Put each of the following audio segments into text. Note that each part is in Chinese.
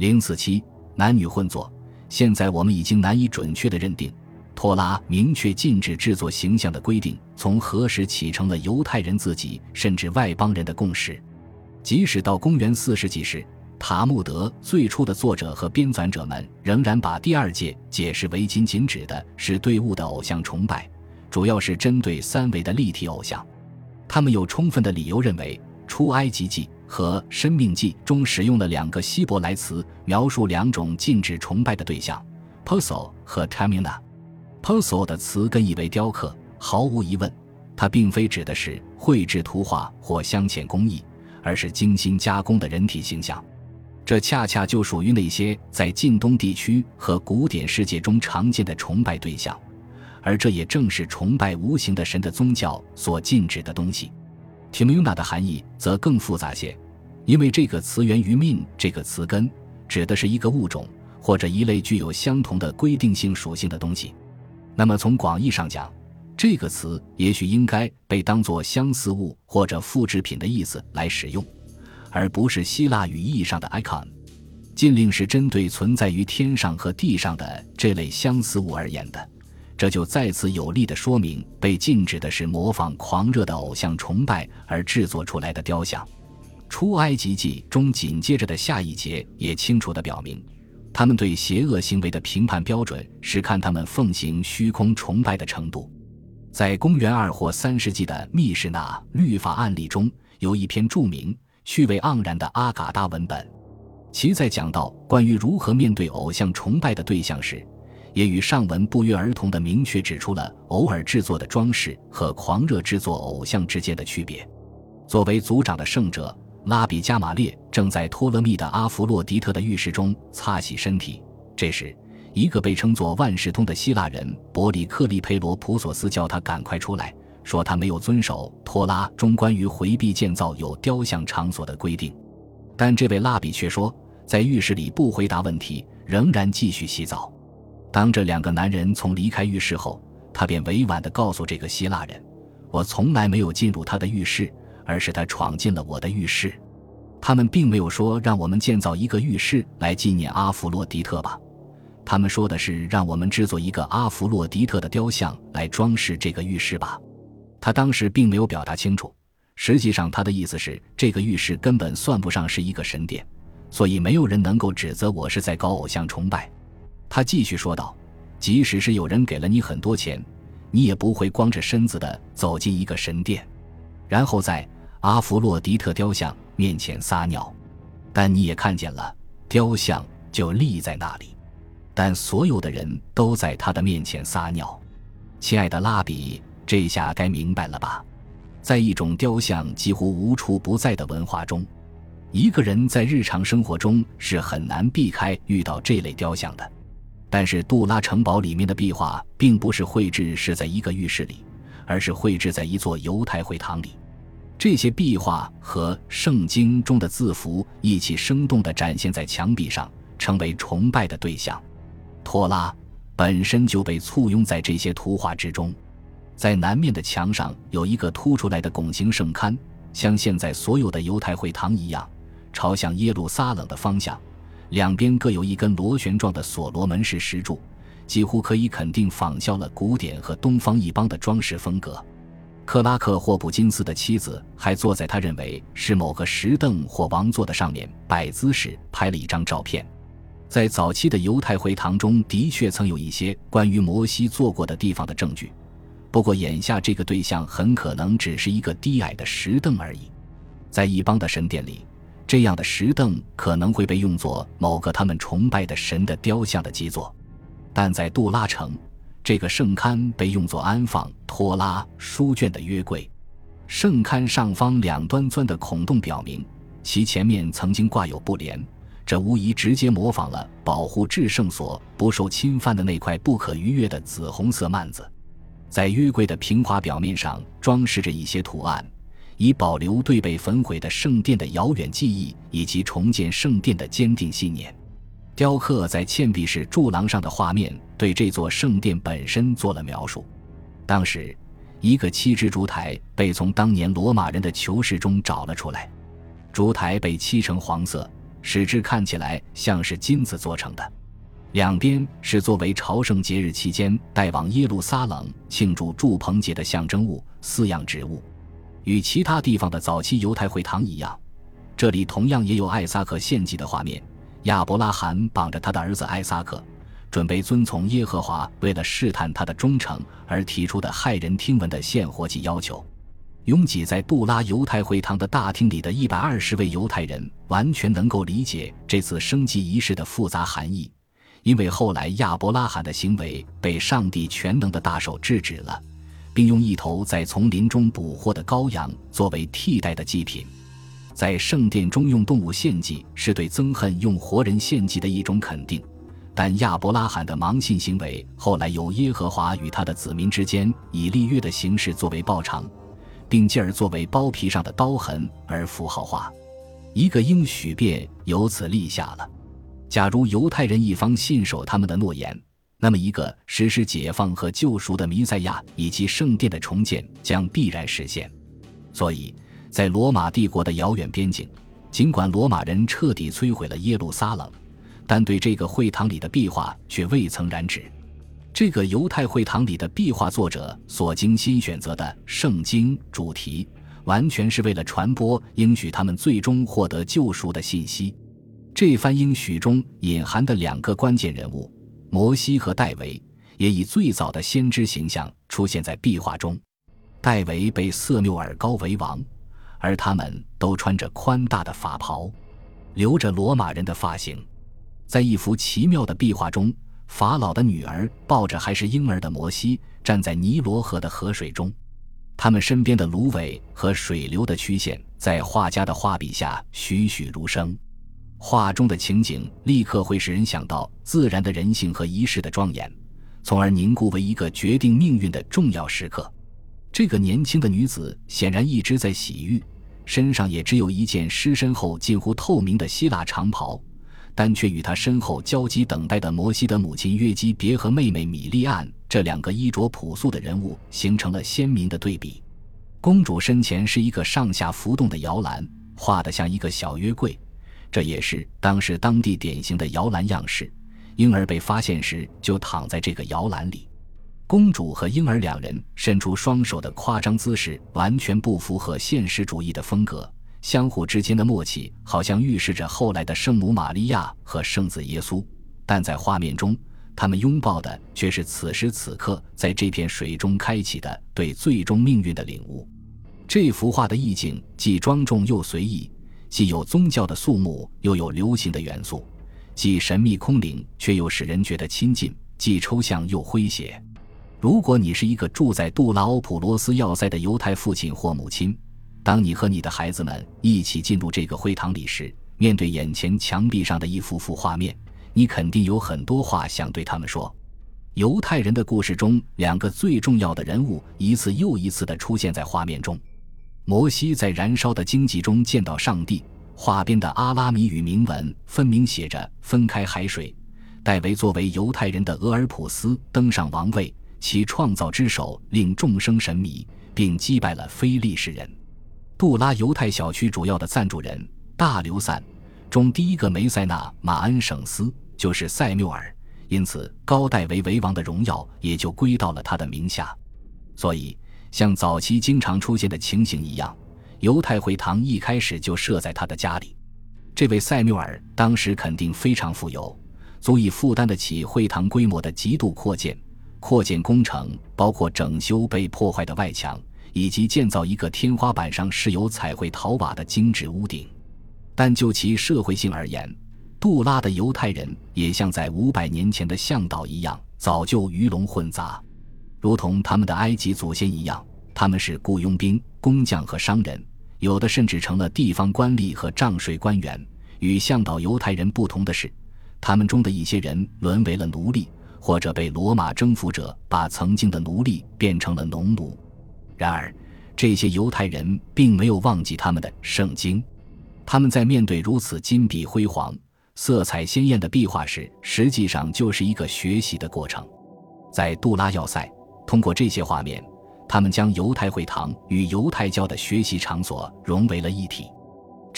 047男女混作。现在我们已经难以准确地认定，托拉明确禁止制作形象的规定从何时起成了犹太人自己甚至外邦人的共识。即使到公元4世纪时，塔木德最初的作者和编纂者们仍然把第二诫解释为仅仅指的是对物的偶像崇拜，主要是针对3维的立体偶像。他们有充分的理由认为出埃及记和申命记中使用了2个希伯来词描述2种禁止崇拜的对象 Peso 和 Tamina。 Peso 的词根意为雕刻，毫无疑问它并非指的是绘制图画或镶嵌工艺，而是精心加工的人体形象。这恰恰就属于那些在近东地区和古典世界中常见的崇拜对象，而这也正是崇拜无形的神的宗教所禁止的东西。 Timuna 的含义则更复杂些，因为这个词源于 min 这个词根，指的是一个物种或者一类具有相同的规定性属性的东西。那么从广义上讲，这个词也许应该被当作相似物或者复制品的意思来使用，而不是希腊语义上的 icon。 禁令是针对存在于天上和地上的这类相似物而言的，这就再次有力地说明被禁止的是模仿狂热的偶像崇拜而制作出来的雕像。出埃及记中紧接着的下一节也清楚地表明，他们对邪恶行为的评判标准是看他们奉行虚空崇拜的程度。在公元2或3世纪的密室那律法案例中，有一篇著名趣味盎然的阿嘎达文本，其在讲到关于如何面对偶像崇拜的对象时，也与上文不约而同地明确指出了偶尔制作的装饰和狂热制作偶像之间的区别。作为族长的圣者拉比加马列正在托勒密的阿弗洛狄特的浴室中擦洗身体，这时一个被称作万事通的希腊人伯里克利佩罗普索斯叫他赶快出来，说他没有遵守托拉中关于回避建造有雕像场所的规定。但这位拉比却说在浴室里不回答问题，仍然继续洗澡。当这2个男人从离开浴室后，他便委婉地告诉这个希腊人，我从来没有进入他的浴室，而是他闯进了我的浴室。他们并没有说让我们建造一个浴室来纪念阿弗洛狄特吧，他们说的是让我们制作一个阿弗洛狄特的雕像来装饰这个浴室吧。他当时并没有表达清楚，实际上他的意思是这个浴室根本算不上是一个神殿，所以没有人能够指责我是在搞偶像崇拜。他继续说道，即使是有人给了你很多钱，你也不会光着身子地走进一个神殿，然后在阿弗洛狄特雕像面前撒尿。但你也看见了，雕像就立在那里，但所有的人都在他的面前撒尿。亲爱的拉比，这下该明白了吧？在一种雕像几乎无处不在的文化中，一个人在日常生活中是很难避开遇到这类雕像的。但是杜拉城堡里面的壁画并不是绘制是在一个浴室里，而是绘制在一座犹太会堂里。这些壁画和圣经中的字符一起生动地展现在墙壁上，成为崇拜的对象。托拉本身就被簇拥在这些图画之中。在南面的墙上有一个凸出来的拱形圣龛，像现在所有的犹太会堂一样，朝向耶路撒冷的方向，两边各有一根螺旋状的所罗门式石柱，几乎可以肯定仿效了古典和东方一邦的装饰风格。克拉克霍普金斯的妻子还坐在他认为是某个石凳或王座的上面摆姿势拍了一张照片。在早期的犹太会堂中的确曾有一些关于摩西坐过的地方的证据，不过眼下这个对象很可能只是一个低矮的石凳而已。在一邦的神殿里，这样的石凳可能会被用作某个他们崇拜的神的雕像的基座，但在杜拉城，这个圣龛被用作安放托拉书卷的约柜。圣龛上方两端钻的孔洞表明其前面曾经挂有布帘，这无疑直接模仿了保护至圣所不受侵犯的那块不可逾越的紫红色幔子。在约柜的平滑表面上装饰着一些图案，以保留对被焚毁的圣殿的遥远记忆以及重建圣殿的坚定信念。雕刻在嵌壁式柱廊上的画面对这座圣殿本身做了描述。当时一个7只烛台被从当年罗马人的囚室中找了出来，烛台被漆成黄色， 使之看起来像是金子做成的。两边是作为朝圣节日期间带往耶路撒冷庆祝住棚节的象征物4样植物。与其他地方的早期犹太会堂一样，这里同样也有艾撒克献祭的画面。亚伯拉罕绑着他的儿子艾撒克，准备遵从耶和华为了试探他的忠诚而提出的骇人听闻的献活祭要求。拥挤在杜拉犹太会堂的大厅里的120位犹太人完全能够理解这次升祭仪式的复杂含义，因为后来亚伯拉罕的行为被上帝全能的大手制止了，并用一头在丛林中捕获的羔羊作为替代的祭品。在圣殿中用动物献祭是对憎恨用活人献祭的一种肯定，但亚伯拉罕的盲信行为后来由耶和华与他的子民之间以立约的形式作为报偿，并继而作为包皮上的刀痕而符号化。一个应许便由此立下了。假如犹太人一方信守他们的诺言，那么一个实施解放和救赎的弥赛亚以及圣殿的重建将必然实现。所以在罗马帝国的遥远边境，尽管罗马人彻底摧毁了耶路撒冷，但对这个会堂里的壁画却未曾染指。这个犹太会堂里的壁画作者所精心选择的圣经主题，完全是为了传播应许他们最终获得救赎的信息。这番应许中隐含的2个关键人物摩西和戴维，也以最早的先知形象出现在壁画中。戴维被色缪尔高为王，而他们都穿着宽大的法袍，留着罗马人的发型。在一幅奇妙的壁画中，法老的女儿抱着还是婴儿的摩西站在尼罗河的河水中，他们身边的芦苇和水流的曲线在画家的画笔下栩栩如生。画中的情景立刻会使人想到自然的人性和仪式的庄严，从而凝固为一个决定命运的重要时刻。这个年轻的女子显然一直在洗浴，身上也只有一件湿身后近乎透明的希腊长袍，但却与她身后焦急等待的摩西的母亲约基别和妹妹米利暗这2个衣着朴素的人物形成了鲜明的对比。公主身前是一个上下浮动的摇篮，画得像一个小约柜，这也是当时当地典型的摇篮样式。婴儿被发现时就躺在这个摇篮里。公主和婴儿2人伸出双手的夸张姿势完全不符合现实主义的风格，相互之间的默契好像预示着后来的圣母玛利亚和圣子耶稣，但在画面中他们拥抱的却是此时此刻在这片水中开启的对最终命运的领悟。这幅画的意境既庄重又随意，既有宗教的肃穆又有流行的元素，既神秘空灵却又使人觉得亲近，既抽象又诙谐。如果你是一个住在杜拉欧普罗斯要塞的犹太父亲或母亲，当你和你的孩子们一起进入这个会堂里时，面对眼前墙壁上的一幅幅画面，你肯定有很多话想对他们说。犹太人的故事中2个最重要的人物一次又一次地出现在画面中。摩西在燃烧的荆棘中见到上帝，画边的阿拉米语铭文分明写着分开海水。戴维作为犹太人的俄尔普斯登上王位，其创造之手令众生神迷，并击败了非利士人。杜拉犹太小区主要的赞助人大流散中第一个梅塞纳马恩省斯就是塞缪尔，因此高戴维为王的荣耀也就归到了他的名下。所以像早期经常出现的情形一样，犹太会堂一开始就设在他的家里。这位塞缪尔当时肯定非常富有，足以负担得起会堂规模的极度扩建。扩建工程包括整修被破坏的外墙，以及建造一个天花板上饰有彩绘陶瓦的精致屋顶。但就其社会性而言，杜拉的犹太人也像在500年前的向导一样，早就鱼龙混杂。如同他们的埃及祖先一样，他们是雇佣兵、工匠和商人，有的甚至成了地方官吏和账税官员。与向导犹太人不同的是，他们中的一些人沦为了奴隶，或者被罗马征服者把曾经的奴隶变成了农奴。然而这些犹太人并没有忘记他们的圣经，他们在面对如此金碧辉煌、色彩鲜艳的壁画时，实际上就是一个学习的过程。在杜拉要塞，通过这些画面，他们将犹太会堂与犹太教的学习场所融为了一体。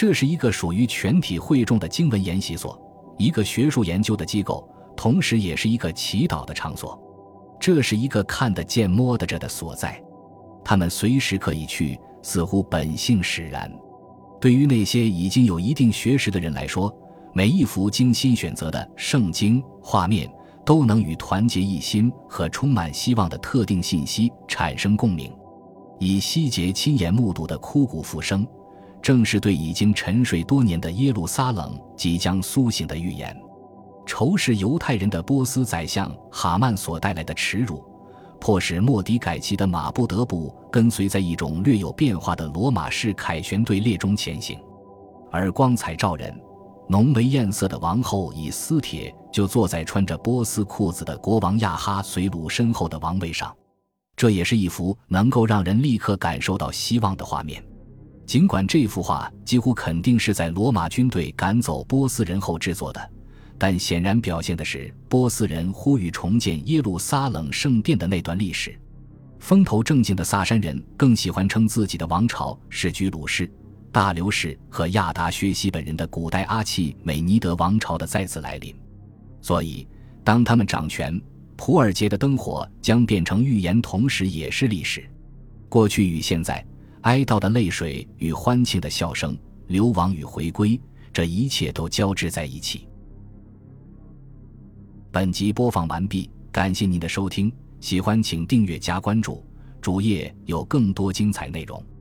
这是一个属于全体会众的经文研习所，一个学术研究的机构，同时也是一个祈祷的场所。这是一个看得见摸得着的所在，他们随时可以去，似乎本性使然。对于那些已经有一定学识的人来说，每一幅精心选择的圣经画面都能与团结一心和充满希望的特定信息产生共鸣。以希杰亲眼目睹的枯骨复生，正是对已经沉睡多年的耶路撒冷即将苏醒的预言。仇视犹太人的波斯宰相哈曼所带来的耻辱，迫使莫迪改奇的马不得不跟随在一种略有变化的罗马式凯旋队列中前行。而光彩照人、浓眉艳色的王后以斯帖就坐在穿着波斯裤子的国王亚哈随鲁身后的王位上。这也是一幅能够让人立刻感受到希望的画面。尽管这幅画几乎肯定是在罗马军队赶走波斯人后制作的，但显然表现的是波斯人呼吁重建耶路撒冷圣殿的那段历史。风头正劲的萨珊人更喜欢称自己的王朝是居鲁士、大流士和亚达薛西本人的古代阿契美尼德王朝的再次来临。所以当他们掌权，普尔节的灯火将变成预言，同时也是历史。过去与现在，哀悼的泪水与欢庆的笑声，流亡与回归，这一切都交织在一起。本集播放完毕，感谢您的收听，喜欢请订阅加关注，主页有更多精彩内容。